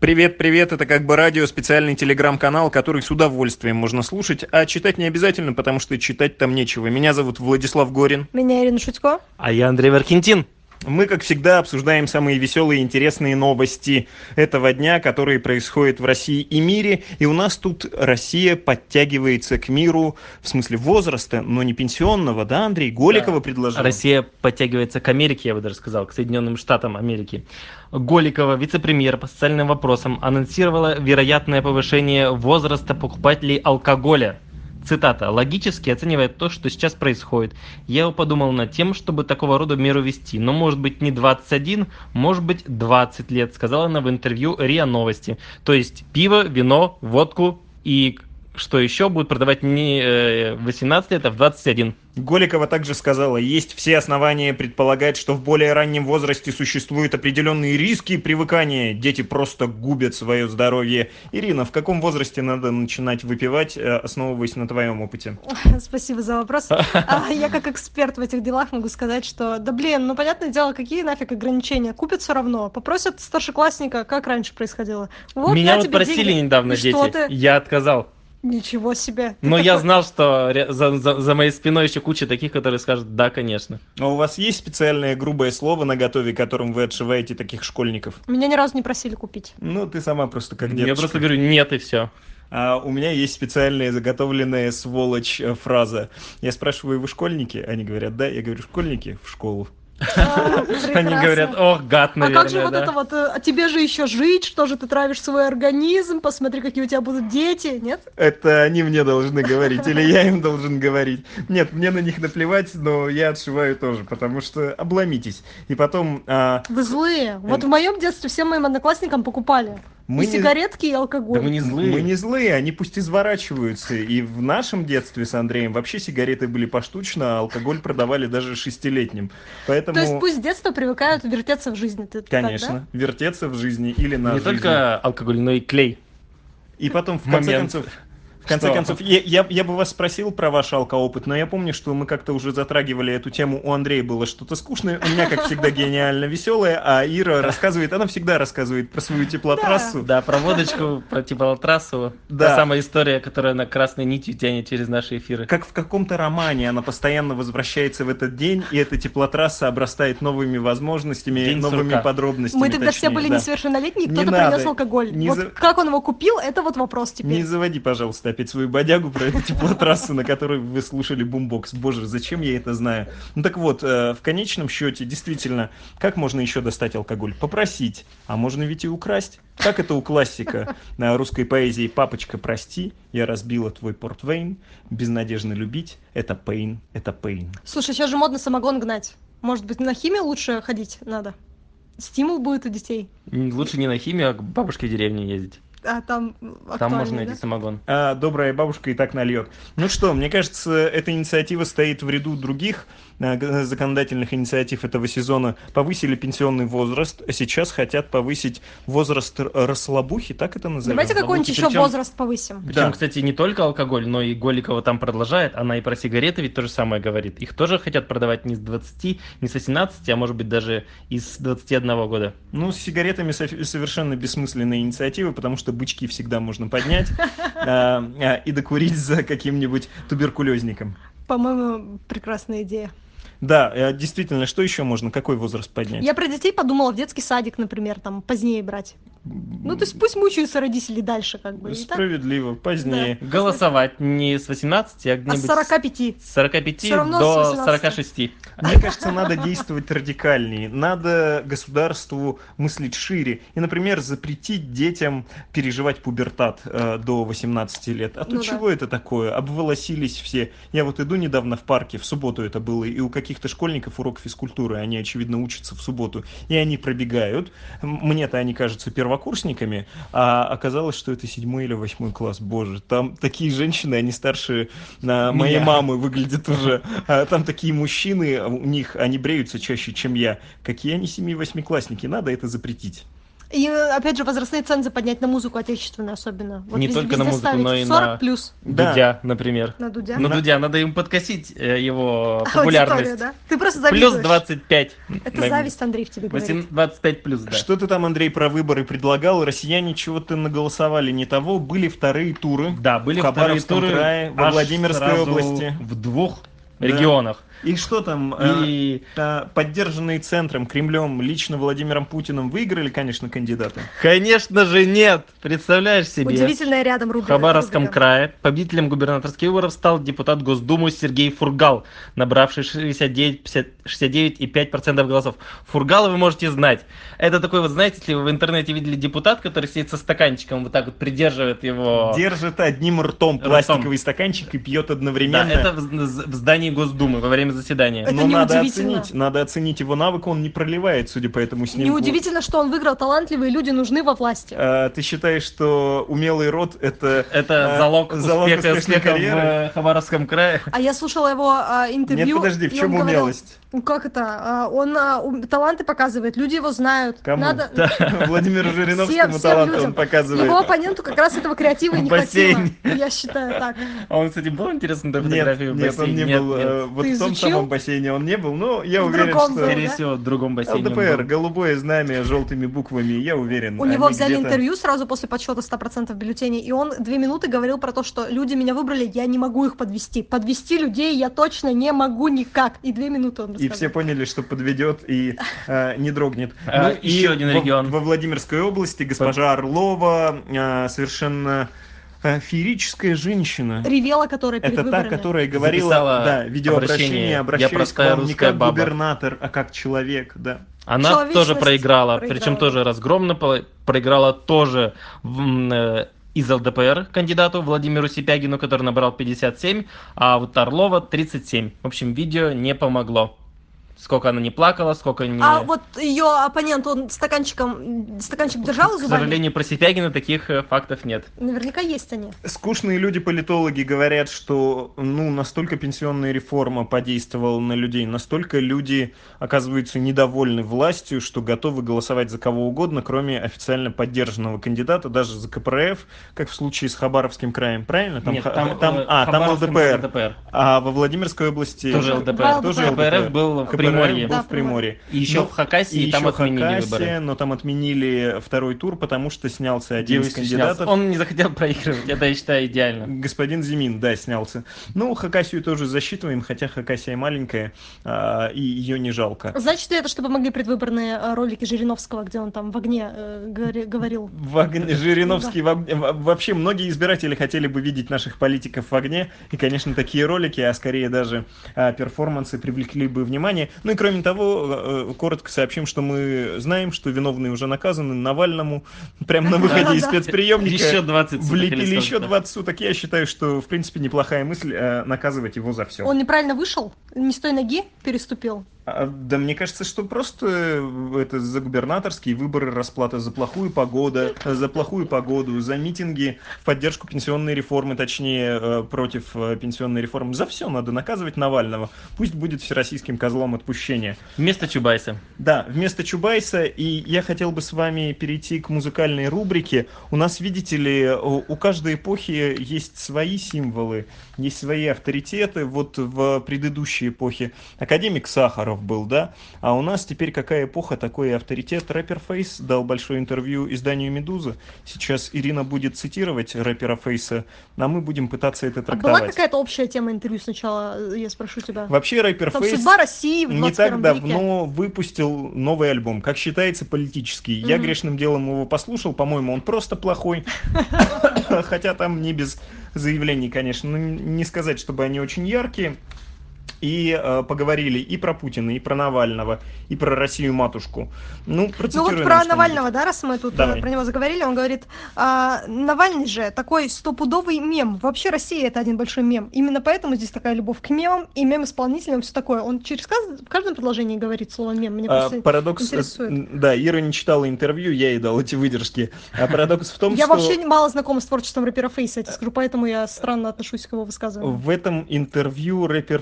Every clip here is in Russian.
Привет, привет, это как бы радио, специальный телеграм-канал, который с удовольствием можно слушать, а читать не обязательно, потому что читать там нечего. Меня зовут Владислав Горин. Меня Ирина Шутько. А я Андрей Варкентин. Мы, как всегда, обсуждаем самые веселые и интересные новости этого дня, которые происходят в России и мире. И у нас тут Россия подтягивается к миру, в смысле возраста, но не пенсионного, да, Андрей? Голикова предложил. Россия подтягивается к Америке, я бы даже сказал, к Соединенным Штатам Америки. Голикова, вице-премьер по социальным вопросам, анонсировала вероятное повышение возраста покупателей алкоголя. Цитата. «Логически оценивая то, что сейчас происходит, я подумал над тем, чтобы такого рода меру вести. Но может быть не 21, может быть 20 лет», сказала она в интервью РИА Новости. То есть пиво, вино, водку и что еще будут продавать не 18 лет, а в 21. Голикова также сказала, есть все основания предполагать, что в более раннем возрасте существуют определенные риски и привыкания. Дети просто губят свое здоровье. Ирина, в каком возрасте надо начинать выпивать, основываясь на твоем опыте? Спасибо за вопрос. Я как эксперт в этих делах могу сказать, что, ну понятное дело, какие нафиг ограничения? Купят все равно. Попросят старшеклассника, как раньше происходило. Меня вот просили недавно дети, я отказал. Ничего себе. Но я знал, что за моей спиной еще куча таких, которые скажут «да, конечно». А у вас есть специальное грубое слово наготове, которым вы отшиваете таких школьников? Меня ни разу не просили купить. Ну, ты сама просто как девочка. Я просто говорю «нет» и все. А у меня есть специальная заготовленная сволочь фраза. Я спрашиваю, вы школьники? Они говорят, да. Я говорю, школьники в школу. Они говорят, ох, гад, наверное, а как же вот это вот, а тебе же еще жить, что же ты травишь свой организм, посмотри, какие у тебя будут дети, нет? Это они мне должны говорить, или я им должен говорить. Нет, мне на них наплевать, но я отшиваю тоже, потому что обломитесь. И потом... Вы злые. Вот в моем детстве всем моим одноклассникам покупали. И сигаретки, и алкоголь. Да мы не злые. Мы не злые, они пусть изворачиваются. И в нашем детстве с Андреем вообще сигареты были поштучно, а алкоголь продавали даже 6-летним. Поэтому... То есть пусть с детства привыкают вертеться в жизни. Конечно, так, да? Вертеться в жизни или на не жизни. Не только алкоголь, но и клей. И потом, в конце концов, я бы вас спросил про ваш алкоопыт, но я помню, что мы как-то уже затрагивали эту тему, у Андрея было что-то скучное, у меня, как всегда, гениально веселое, а Ира рассказывает, она всегда рассказывает про свою теплотрассу. Да, про водочку, про теплотрассу. Да. Та самая история, которая на красной нитью тянет через наши эфиры. Как в каком-то романе она постоянно возвращается в этот день, и эта теплотрасса обрастает новыми возможностями, новыми подробностями. Мы тогда все были несовершеннолетние, кто-то принес алкоголь. Как он его купил, это вот вопрос теперь. Не заводи, пожалуйста, опять свою бодягу про эту теплотрассу, на которой вы слушали бумбокс. Боже, зачем я это знаю? Ну так вот, в конечном счете, действительно, как можно еще достать алкоголь? Попросить, а можно ведь и украсть. Как это у классика русской поэзии «Папочка, прости, я разбила твой портвейн, безнадежно любить, это пейн, это пейн». Слушай, сейчас же модно самогон гнать. Может быть, на химию лучше ходить надо? Стимул будет у детей. Лучше не на химию, а к бабушке в деревне ездить. А там можно найти самогон. Добрая бабушка и так нальет. Ну что, мне кажется, эта инициатива стоит в ряду других законодательных инициатив этого сезона. Повысили пенсионный возраст, а сейчас хотят повысить возраст расслабухи, так это называется? Давайте какой-нибудь еще возраст повысим. Причем, кстати, не только алкоголь, но и Голикова там продолжает. Она и про сигареты ведь то же самое говорит. Их тоже хотят продавать не с 20, не с 18, а может быть даже и с 21 года. Ну, с сигаретами совершенно бессмысленная инициатива, потому что бычки всегда можно поднять и докурить за каким-нибудь туберкулезником. По-моему, прекрасная идея. Да, действительно, что еще можно? Какой возраст поднять? Я про детей подумала, в детский садик, например, там позднее брать. Ну, то есть пусть мучаются родители дальше, как бы. Справедливо, позднее. Да. Голосовать не с 18, а где-нибудь с 45. С 45 до 46. Мне кажется, надо действовать радикальнее. Надо государству мыслить шире. И, например, запретить детям переживать пубертат до 18 лет. А то чего это такое? Обволосились все. Я вот иду недавно в парке, в субботу это было, и у каких-то школьников урок физкультуры. Они, очевидно, учатся в субботу. И они пробегают. Мне-то они кажутся первокурсниками, а оказалось, что это 7 или 8 класс. Боже, там такие женщины, они старше моей мамы выглядят уже. А там такие мужчины, у них они бреются чаще, чем я. Какие они 7-8-классники? Надо это запретить. И, опять же, возрастные цензы поднять на музыку отечественную особенно. Вот Не везде, только на везде музыку, ставить но и 40 на плюс Дудя, например. на Дудя. Ну, Дудя, надо им подкосить его популярность. Аудиторию, да? Ты просто Плюс завидуешь. 25. Это зависть, Андрей, в тебе говорит. 25 плюс, да. Что ты там, Андрей, про выборы предлагал? Россияне чего-то наголосовали не того. Были вторые туры. Да, были в Хабаровском вторые туры крае, во аж Владимирской сразу области. в 2 Да. регионах. И что там? И Поддержанные центром, Кремлем, лично Владимиром Путиным выиграли, конечно, кандидаты. конечно же нет. Представляешь себе? Удивительная рядом В рубрика. Хабаровском крае победителем губернаторских выборов стал депутат Госдумы Сергей Фургал, набравший 69,5% голосов. Фургала вы можете знать. Это такой, вот знаете, если вы в интернете видели депутат, который сидит со стаканчиком, вот так вот придерживает его... Держит одним ртом пластиковый стаканчик и пьет одновременно. Да, это в здании Госдумы во время заседания. Это Но неудивительно. надо оценить его навык, он не проливает, судя по этому снимку. Неудивительно, что он выиграл. Талантливые люди нужны во власти. Ты считаешь, что умелый рот это залог успеха успешной карьеры? в Хабаровском крае. А я слушала его интервью. Нет, подожди, в и чем он говорил, умелость? ну как это? Он таланты показывает, люди его знают. Кому? Надо... Владимиру Жириновскому Всем талант людям. он показывает. Его оппоненту как раз этого креатива и не Бассейн. хватило. Я считаю так. А он, кстати, был интересно на Нет, фотографии в нет, он бассейне? не был. Нет. Вот Ты в том изучил? самом бассейне он не был, но я В уверен, другом что... был, Скорее да? всего, в другом бассейне. он ЛДПР, был. голубое знамя желтыми буквами, я уверен. У него они взяли где-то- интервью сразу после подсчета 100% бюллетеней, и он 2 минуты говорил про то, что люди меня выбрали, я не могу их подвести. Подвести людей я точно не могу никак. И 2 минуты он И рассказал. все поняли, что подведет и не дрогнет. Еще один регион. Во Владимирской области госпожа Орлова совершенно феерическая женщина. Ревела, которая перед Это та, выборами. которая говорила, Записала да, видеообращение, «Я обращаюсь к простая вам не русская как баба». губернатор, а как человек, да. Она Человечность тоже проиграла, проиграла, причем да. тоже разгромно проиграла тоже из ЛДПР кандидату Владимиру Сипягину, который набрал 57, а вот Орлова 37. В общем, видео не помогло. Сколько она не плакала, сколько не... А вот ее оппонент, он стаканчик держал К зубами? сожалению, про Сипягина таких фактов нет. Наверняка есть они. Скучные люди-политологи говорят, что настолько пенсионная реформа подействовала на людей, настолько люди оказываются недовольны властью, что готовы голосовать за кого угодно, кроме официально поддержанного кандидата, даже за КПРФ, как в случае с Хабаровским краем, правильно? Нет, там Хабаровском ЛДПР. А во Владимирской области Тоже ЛДПр. Тоже КПРФ был в КПРФ Приморье. был Да, в Приморье. И еще Но- в Хакасии, и там еще отменили Хакасия, выборы. но там отменили второй тур, потому что снялся один из Девушка кандидатов. снялся. Он не захотел проигрывать, это я считаю идеально. Господин Зимин, да, снялся. Хакасию тоже засчитываем, хотя Хакасия маленькая, и ее не жалко. Значит ли это, что помогли предвыборные ролики Жириновского, где он там в огне говорил? Жириновский вообще многие избиратели хотели бы видеть наших политиков в огне, и, конечно, такие ролики, а скорее даже перформансы привлекли бы внимание. Ну и кроме того, коротко сообщим, что мы знаем, что виновные уже наказаны. Навальному прямо на выходе из спецприемника Еще 20 суток влепили или еще сколько-то. 20 суток. Я считаю, что, в принципе, неплохая мысль наказывать его за все. Он неправильно вышел? Не с той ноги переступил? Да мне кажется, что просто это за губернаторские выборы расплата за плохую погоду, за митинги в поддержку пенсионной реформы, точнее, против пенсионной реформы. За все надо наказывать Навального. Пусть будет всероссийским козлом отпущения. Вместо Чубайса. Да, вместо Чубайса. И я хотел бы с вами перейти к музыкальной рубрике. У нас, видите ли, у каждой эпохи есть свои символы, есть свои авторитеты. Вот в предыдущей эпохе академик Сахаров был, да? А у нас теперь какая эпоха, такой и авторитет. Рэпер Фейс дал большое интервью изданию «Медуза». Сейчас Ирина будет цитировать рэпера Фейса, а мы будем пытаться это А трактовать. была какая-то общая тема интервью сначала, я спрошу тебя? Вообще рэпер Там Фейс судьба России в не 21 так веке. давно выпустил новый альбом, как считается, политический. Я Мгм. грешным делом его послушал, по-моему, он просто плохой. Хотя там не без заявлений, конечно. Ну, не сказать, чтобы они очень яркие. И поговорили и про Путина, и про Навального, и про Россию-матушку. Ну процитируй вот нам про что-нибудь. Навального, да, раз мы тут Давай. про него заговорили, он говорит, Навальный же такой стопудовый мем. Вообще Россия это один большой мем. Именно поэтому здесь такая любовь к мемам и мем-исполнителям, все такое. Он в каждом предложении говорит слово мем. Мне просто Парадокс, интересует. да, Ира не читала интервью, я ей дал эти выдержки. А парадокс в том, Я что... вообще мало знакома с творчеством рэпера Фейса, я тебе скажу, поэтому я странно отношусь к его высказываниям. В этом интервью рэпер Фейс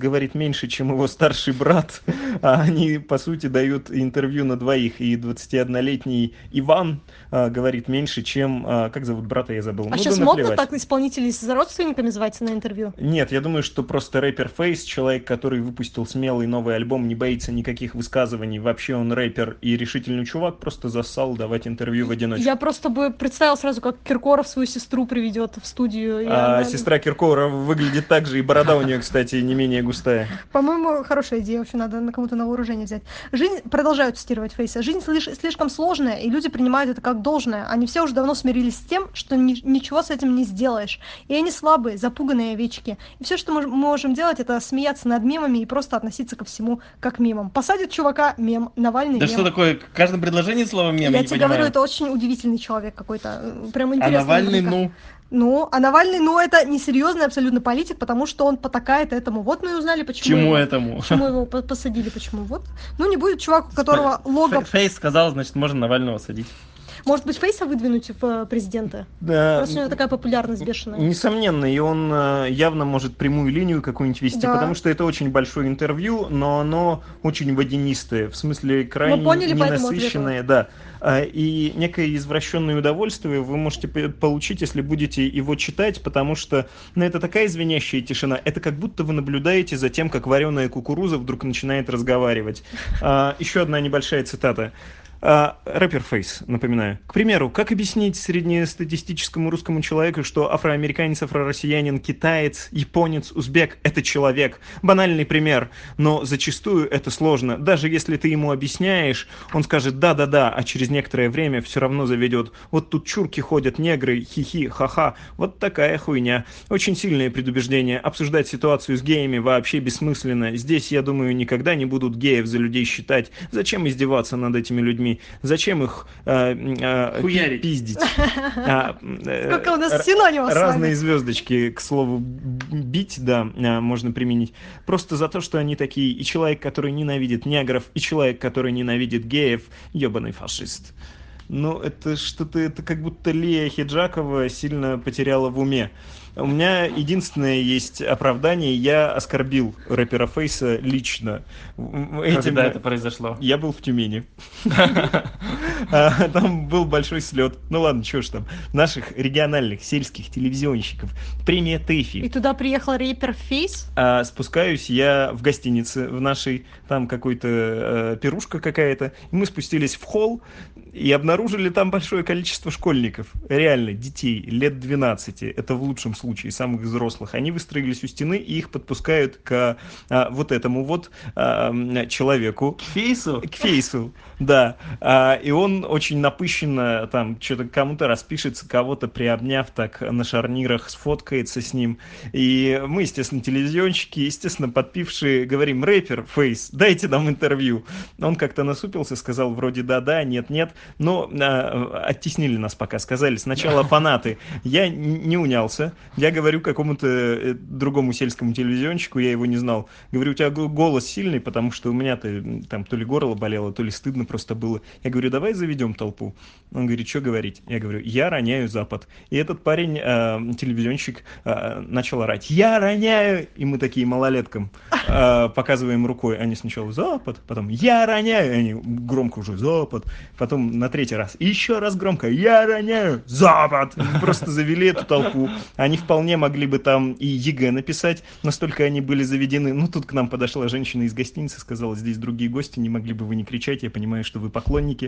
говорит меньше, чем его старший брат, а они, по сути, дают интервью на двоих, и 21-летний Иван говорит меньше, чем... Как зовут брата, я забыл. А сейчас модно так исполнителей с родственниками звать на интервью? Нет, я думаю, что просто рэпер Фейс, человек, который выпустил смелый новый альбом, не боится никаких высказываний, вообще он рэпер и решительный чувак, просто зассал давать интервью в одиночку. Я просто бы представил сразу, как Киркоров свою сестру приведет в студию. Сестра Киркорова выглядит так же, и борода у нее, кстати, не менее густая. По-моему, хорошая идея, вообще надо на кому-то на вооружение взять. Продолжают цитировать Фейса, жизнь слишком сложная, и люди принимают это как должное. Они все уже давно смирились с тем, что ничего с этим не сделаешь. И они слабые, запуганные овечки. И все, что мы можем делать, это смеяться над мемами и просто относиться ко всему как мемам. Посадят чувака, мем, Навальный, да мем. что такое, в каждом предложении слово мем, я тебе говорю, это очень удивительный человек какой-то. Прям интересный. А Навальный, а Навальный, это несерьезный абсолютно политик, потому что он потакает этому. Вот мы и узнали, почему почему его посадили, почему. Вот. Не будет чувак, у которого лого... Фейс сказал, значит, можно Навального садить. Может быть, Фейса выдвинуть в президенты? Да. Просто у него такая популярность бешеная. Несомненно, и он явно может прямую линию какую-нибудь вести, да. Потому что это очень большое интервью, но оно очень водянистое, в смысле крайне ненасыщенное. Да. И некое извращенное удовольствие вы можете получить, если будете его читать, потому что это такая звенящая тишина, это как будто вы наблюдаете за тем, как вареная кукуруза вдруг начинает разговаривать. Еще одна небольшая цитата. Рэпер Фейс, напоминаю. К примеру, как объяснить среднестатистическому русскому человеку, что афроамериканец, афророссиянин, китаец, японец, узбек – это человек? Банальный пример, но зачастую это сложно. Даже если ты ему объясняешь, он скажет «да-да-да», а через некоторое время все равно заведет. Вот тут чурки ходят, негры, хихи, ха-ха. Вот такая хуйня. Очень сильное предубеждение. Обсуждать ситуацию с геями вообще бессмысленно. Здесь, я думаю, никогда не будут геев за людей считать. Зачем издеваться над этими людьми? Зачем их пиздить? Сколько у нас синонимов с вами. Разные звездочки, к слову, бить, да, можно применить. Просто за то, что они такие. И человек, который ненавидит негров, и человек, который ненавидит геев, ебаный фашист. Это что-то, это как будто Лия Хиджакова сильно потеряла в уме. У меня единственное есть оправдание. Я оскорбил рэпера Фейса лично. Когда это произошло? Я был в Тюмени. Там был большой слет. Ладно, что ж там. Наших региональных сельских телевизионщиков. Премия ТЭФИ. И туда приехал рэпер Фейс? Спускаюсь я в гостинице в нашей. Там какой-то пирушка какая-то. И мы спустились в холл и обнаружили там большое количество школьников. Реально, детей лет 12. Это в лучшем случае, самых взрослых. Они выстроились у стены и их подпускают к вот этому вот человеку. К Фейсу? К Фейсу, да. И он очень напыщенно там что-то кому-то распишется, кого-то приобняв так на шарнирах, сфоткается с ним. И мы, естественно, телевизионщики, естественно, подпившие, говорим: рэпер Фейс, дайте нам интервью. Он как-то насупился, сказал вроде да-да, нет-нет, но оттеснили нас пока, сказали сначала фанаты. Я не унялся. Я говорю какому-то другому сельскому телевизионщику, я его не знал. Говорю: у тебя голос сильный, потому что у меня-то там то ли горло болело, то ли стыдно просто было. Я говорю: давай заведем толпу. Он говорит: что говорить? Я говорю: я роняю Запад. И этот парень, телевизионщик, начал орать: я роняю! И мы такие малолеткам показываем рукой. Они сначала Запад, потом я роняю. Они громко уже Запад. Потом на третий раз еще раз громко: я роняю Запад. Просто завели эту толпу. Они вполне могли бы там и ЕГЭ написать, настолько они были заведены. Тут к нам подошла женщина из гостиницы, сказала: здесь другие гости, не могли бы вы не кричать, я понимаю, что вы поклонники.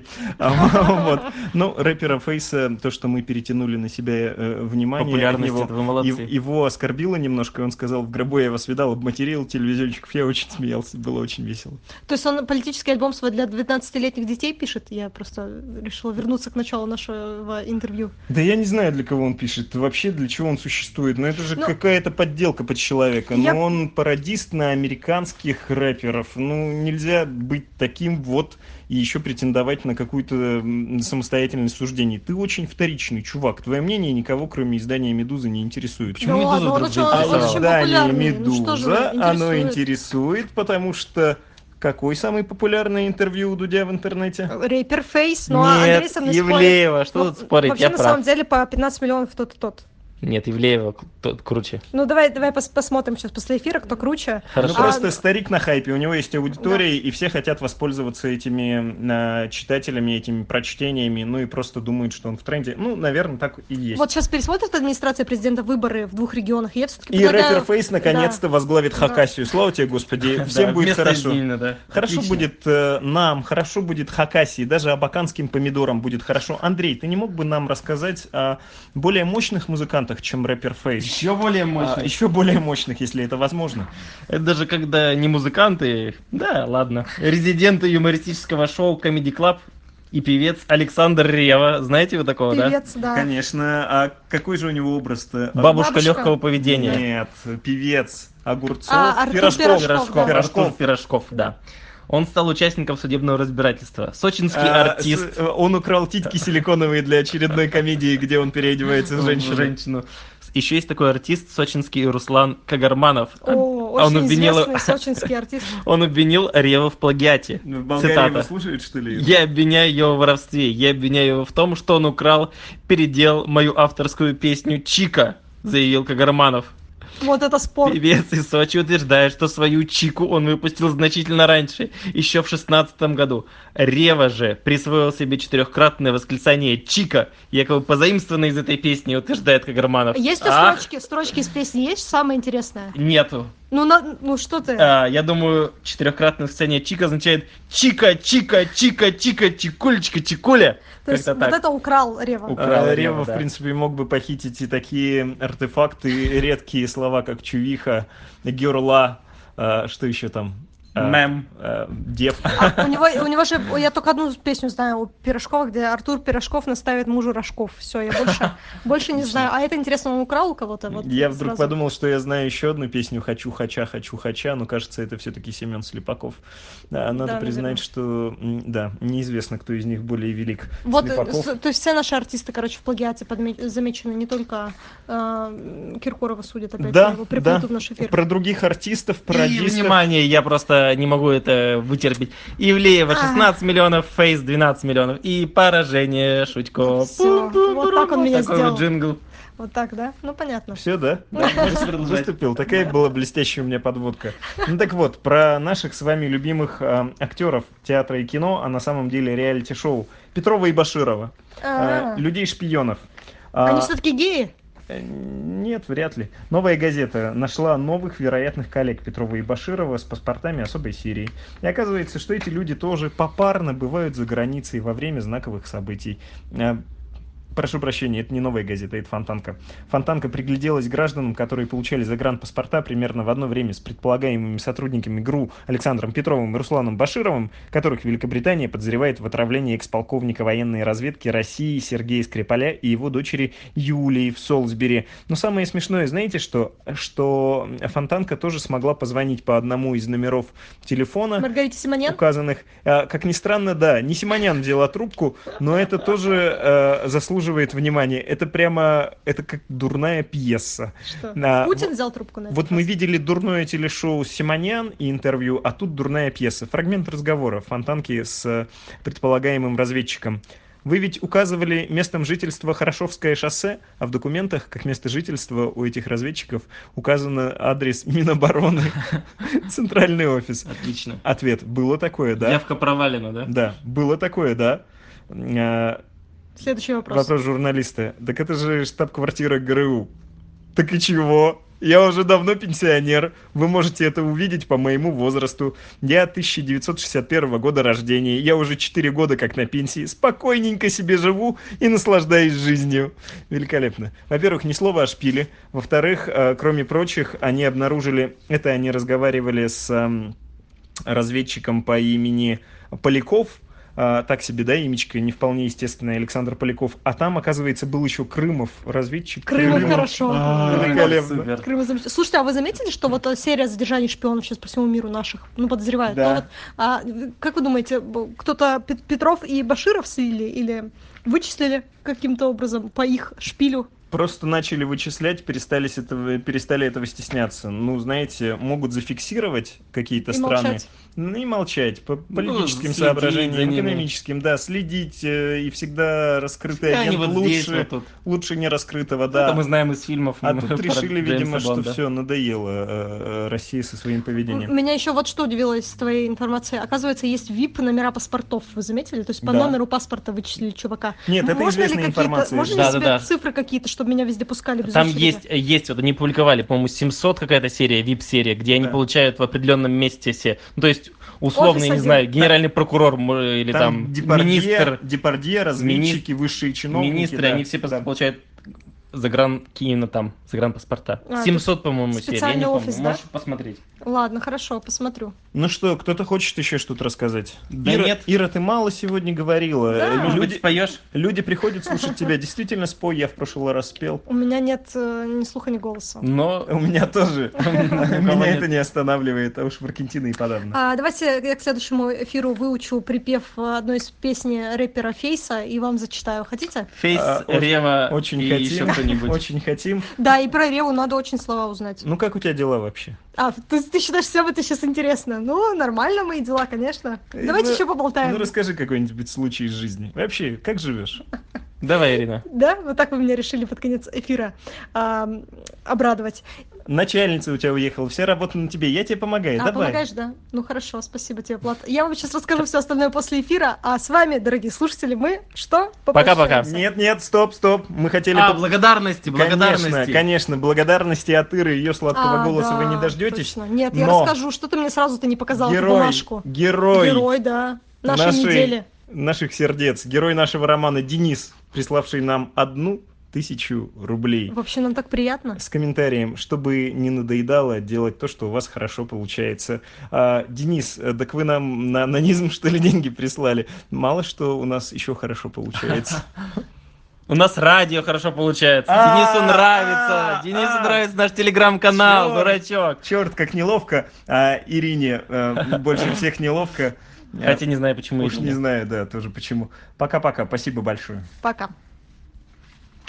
Рэпера Фейса, то, что мы перетянули на себя внимание, его оскорбило немножко, он сказал: в гробу я вас видал, обматерил телевизионщиков, я очень смеялся, было очень весело. То есть он политический альбом свой для 19-летних детей пишет? Я просто решила вернуться к началу нашего интервью. Да я не знаю, для кого он пишет, вообще для чего он существует, но это же какая-то подделка под человека, но он пародист на американских рэперов, нельзя быть таким вот и еще претендовать на какую-то самостоятельность суждений. Ты очень вторичный чувак, твое мнение никого, кроме издания «Медузы», не интересует. Почему «Медуза» вдруг заинтересовала? Издание «Медуза», оно интересует, потому что... Какое самое популярное интервью у Дудя в интернете? Рэпер Фейс, Андрей со мной Евлеева, что тут спорить, вообще, на самом деле, по 15 миллионов тот и тот. Нет, Ивлеева круче. Ну, давай посмотрим сейчас после эфира, кто круче. Хорошо. Ну, просто старик на хайпе, у него есть аудитория, и все хотят воспользоваться этими читателями, этими прочтениями, ну и просто думают, что он в тренде. Ну, наверное, так и есть. Вот сейчас пересмотрит администрация президента выборы в 2 регионах, и я все-таки И предлагаю... рэпер Фейс наконец-то возглавит Хакасию. Слава тебе, Господи, всем будет вместо хорошо. Ильина, да. Хорошо Отлично. будет нам, хорошо будет Хакасии, даже абаканским помидорам будет хорошо. Андрей, ты не мог бы нам рассказать о более мощных музыкантах, чем рэпер Фейс? Еще более мощно. Еще более мощных, если это возможно. Это даже когда не музыканты, да, ладно, резиденты юмористического шоу Comedy Club и певец Александр Ревва. Знаете вы такого, Певец, да. Конечно. А какой же у него образ-то? да? Бабушка Бабушка. легкого поведения. Нет, певец Огурцов. Артур Пирожков. Пирожков, да. Артур Пирожков, да. Он стал участником судебного разбирательства. Сочинский артист. Он украл титьки силиконовые для очередной комедии, где он переодевается в женщину. Еще есть такой артист, сочинский Руслан Кагарманов. Очень известный сочинский артист. Он обвинил Ревва в плагиате. В Болгарии Цитата. его слушают, что ли? Я обвиняю его в воровстве. Я обвиняю его в том, что он украл, переделал мою авторскую песню «Чика», заявил Кагарманов. Вот это спор. Певец из Сочи утверждает, что свою «Чику» он выпустил значительно раньше, еще в 2016 году. Ревва же присвоил себе 4-кратное восклицание «Чика», якобы позаимствованное из этой песни, утверждает Кагарманов. Есть ли строчки из песни? Есть самое интересное? Нету. Ну что ты? Я думаю, 4-кратное восклицание «Чика» означает «Чика, чика, чика, чика, чикулечка, чикуля». То есть вот это украл Ревва. Украл Ревва, да. в принципе, мог бы похитить и такие артефакты, редкие слова, как чувиха, герла, что еще там? Мэм. Дев. У него же, я только одну песню знаю у Пирожкова, где Артур Пирожков наставит мужу рожков. Все, я больше не знаю. А это интересно, он украл у кого-то? Вот Я вдруг сразу. подумал, что я знаю еще одну песню «Хочу, хача», но кажется, это все-таки Семен Слепаков. Надо Да, признать, что, да, неизвестно, кто из них более велик. Вот, Слепаков. то есть все наши артисты, короче, в плагиате замечены, не только Киркорова судят, опять Да, его приплетут да. в наш эфир. Про других артистов, про И, дистов. внимание, я просто не могу это вытерпеть. Ивлеева 16 миллионов, Фейс 12 миллионов. И поражение Шутько. Всё, вот так он меня Такой сделал. вот джингл. Вот так, да? Ну, понятно. Все, да? Можете продолжать. Выступил. Такая была блестящая у меня подводка. Ну так вот, про наших с вами любимых актеров театра и кино, а на самом деле реалити-шоу Петрова и Баширова. Людей-шпионов. Они все-таки геи? Нет, вряд ли. Новая газета нашла новых вероятных коллег Петрова и Баширова с паспортами особой серии. И оказывается, что эти люди тоже попарно бывают за границей во время знаковых событий. Прошу прощения, это не новая газета, это Фонтанка. Фонтанка пригляделась к гражданам, которые получали загранпаспорта примерно в одно время с предполагаемыми сотрудниками ГРУ Александром Петровым и Русланом Башировым, которых Великобритания подозревает в отравлении экс-полковника военной разведки России Сергея Скрипаля и его дочери Юлии в Солсбери. Но самое смешное, знаете что? Что Фонтанка тоже смогла позвонить по одному из номеров телефона, Маргарита Симонян? указанных. Как ни странно, да, не Симонян взяла трубку, но это тоже заслуживает внимания. Это прямо, это как дурная пьеса. Что? Путин взял трубку на это? Вот мы видели дурное телешоу Симонян и интервью, а тут дурная пьеса. Фрагмент разговора Фонтанки с предполагаемым разведчиком. Вы ведь указывали местом жительства Хорошевское шоссе, а в документах, как место жительства у этих разведчиков, указан адрес Минобороны, центральный офис. Отлично. Ответ. Было такое, да? Явка провалена, да? Да, было такое, да. Следующий вопрос. Вопрос журналиста. Так это же штаб-квартира ГРУ. Так и чего? Я уже давно пенсионер. Вы можете это увидеть по моему возрасту. Я 1961 года рождения. Я уже 4 года как на пенсии. Спокойненько себе живу и наслаждаюсь жизнью. Великолепно. Во-первых, ни слова о шпиле. Во-вторых, кроме прочих, они обнаружили... Это они разговаривали с разведчиком по имени Поляков. Так себе, да, имечко не вполне естественное, Александр Поляков. А там, оказывается, был еще Крымов, разведчик. Крымов хорошо. Великолепно. Крымов замечательно. Слушайте, а вы заметили, что вот серия задержаний шпионов сейчас по всему миру наших, подозревают? Да. Как вы думаете, кто-то Петров и Баширов слили или вычислили каким-то образом по их шпилю Просто начали вычислять, перестали этого стесняться. Ну, знаете, могут зафиксировать какие-то И страны. молчать. Ну, и молчать по политическим следить соображениям, за ними. экономическим, да, следить, и всегда раскрытый Они агент вот здесь лучше, вот тут. лучше не раскрытого, Это да. мы знаем из фильмов. А тут про решили, Джеймса видимо, что Бонда. все, надоело России со своим поведением. Меня еще вот что удивило из твоей информации. Оказывается, есть VIP номера паспортов. Вы заметили? То есть по Да. номеру паспорта вычислили чувака. Нет, это Можно ли известная какие-то- информация. Можно ли Да, себе да. цифры какие-то, чтобы меня везде пускали без Там очереди? есть, вот они публиковали, по-моему, 700 какая-то серия, VIP-серия, где они Да. получают в определенном месте все. Ну, то есть, условно, Офис я не один. знаю, генеральный прокурор или там министр, Депардье, разведчики, высшие чиновники. министры, да. они все Да. получают загранпаспорта. А, 700, по-моему, серий, я специальный не помню. офис, да? Можешь посмотреть. Ладно, хорошо, посмотрю. Ну что, кто-то хочет еще что-то рассказать? Да Ира, нет. Ира, ты мало сегодня говорила. Да. Может быть, Люди, споешь? люди приходят слушать тебя. Действительно, спой, я в прошлый раз спел. У меня нет ни слуха, ни голоса. Но У меня тоже. Меня нет. это не останавливает, а уж в Аргентине и подавно. Давайте я к следующему эфиру выучу припев одной из песни рэпера Фейса и вам зачитаю. Хотите? Фейс, Очень- Рема Очень и хотим, еще кто-нибудь. очень хотим. Да, и про Реву надо очень слова узнать. Ну как у тебя дела вообще? Ты считаешь, все это сейчас интересно? Ну, нормально мои дела, конечно. Давайте Ну, еще поболтаем. Ну расскажи какой-нибудь случай из жизни. Вообще, как живешь? Давай, Ирина. Да, вот так вы меня решили под конец эфира обрадовать. Начальница у тебя уехала, вся работа на тебе, я тебе помогаю, давай. Помогаешь, да? Ну хорошо, спасибо тебе, Влад. Я вам сейчас расскажу все остальное после эфира, а с вами, дорогие слушатели, мы что? Пока-пока. Попрощаемся. Нет, стоп, мы хотели... Благодарности. Конечно, благодарности от Иры, ее сладкого голоса да, вы не дождетесь. точно. Нет, я но расскажу, что ты мне сразу-то не показал эту бумажку. Герой Да, нашей недели. наших сердец, герой нашего романа Денис, приславший нам 1000 рублей. Вообще, нам так приятно. С комментарием, чтобы не надоедало делать то, что у вас хорошо получается. Денис, так вы нам на анонизм, что ли, деньги прислали? Мало что у нас еще хорошо получается. У нас радио хорошо получается. Денису нравится наш телеграм-канал, Чёрт. дурачок. Черт, как неловко. Ирине больше всех неловко. Хотя не знаю, почему Уж Ирине. не знаю, да, тоже почему. Пока-пока, спасибо большое. Пока.